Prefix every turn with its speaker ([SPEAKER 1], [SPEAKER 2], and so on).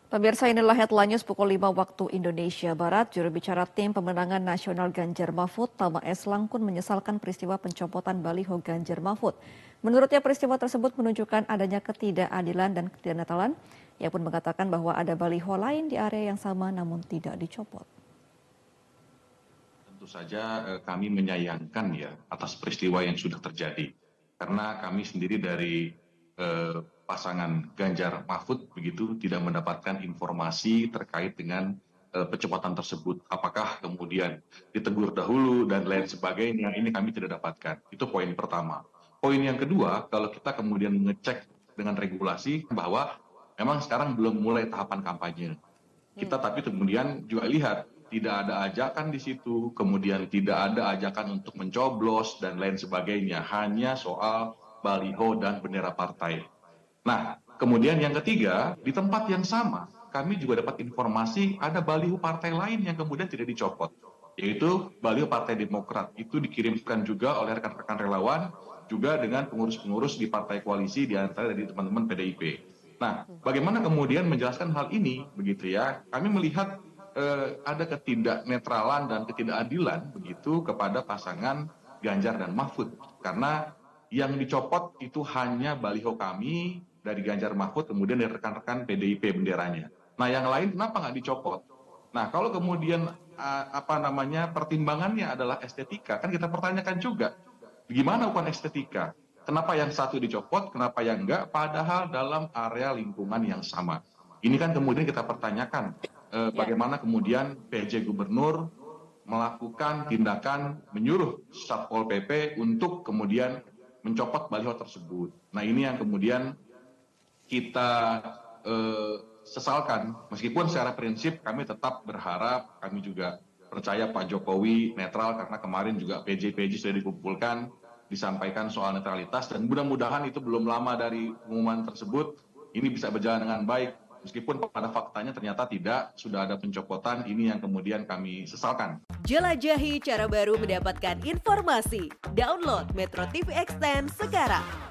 [SPEAKER 1] Pemirsa, inilah headline news pukul 5 waktu Indonesia Barat. Juru bicara tim pemenangan nasional Ganjar Mahfud, Tama S. Langkun, menyesalkan peristiwa pencopotan baliho Ganjar Mahfud. Menurutnya peristiwa tersebut menunjukkan adanya ketidakadilan dan ketidaknetalan. Ia pun mengatakan bahwa ada baliho lain di area yang sama namun tidak dicopot.
[SPEAKER 2] Tentu saja kami menyayangkan ya atas peristiwa yang sudah terjadi. Karena kami sendiri dari pasangan Ganjar Mahfud begitu tidak mendapatkan informasi terkait dengan pencopotan tersebut. Apakah kemudian ditegur dahulu dan lain sebagainya, ini kami tidak dapatkan. Itu poin pertama. Poin yang kedua, kalau kita kemudian mengecek dengan regulasi bahwa memang sekarang belum mulai tahapan kampanye. Kita tapi kemudian juga lihat tidak ada ajakan di situ, kemudian tidak ada ajakan untuk mencoblos dan lain sebagainya, hanya soal baliho dan bendera partai. Nah, kemudian yang ketiga, di tempat yang sama, kami juga dapat informasi ada baliho partai lain yang kemudian tidak dicopot, yaitu baliho Partai Demokrat. Itu dikirimkan juga oleh rekan-rekan relawan, juga dengan pengurus-pengurus di partai koalisi, di antara dari teman-teman PDIP. Nah, bagaimana kemudian menjelaskan hal ini, begitu ya? Kami melihat ada ketidaknetralan dan ketidakadilan begitu kepada pasangan Ganjar dan Mahfud, karena yang dicopot itu hanya baliho kami dari Ganjar Mahfud, kemudian dari rekan-rekan PDIP benderanya. Nah, yang lain kenapa nggak dicopot? Nah, kalau kemudian pertimbangannya adalah estetika, kan kita pertanyakan juga, gimana ukuran estetika? Kenapa yang satu dicopot, kenapa yang enggak? Padahal dalam area lingkungan yang sama. Ini kan kemudian kita pertanyakan, bagaimana kemudian PJ Gubernur melakukan tindakan menyuruh Satpol PP untuk kemudian mencopot baliho tersebut. Nah, ini yang kemudian kita sesalkan. Meskipun secara prinsip kami tetap berharap, kami juga percaya Pak Jokowi netral, karena kemarin juga PJ-PJ sudah dikumpulkan, disampaikan soal netralitas, dan mudah-mudahan itu belum lama dari pengumuman tersebut, ini bisa berjalan dengan baik. Meskipun pada faktanya ternyata tidak, sudah ada pencopotan, ini yang kemudian kami sesalkan.
[SPEAKER 3] Jelajahi cara baru mendapatkan informasi. Download Metro TV Extend sekarang.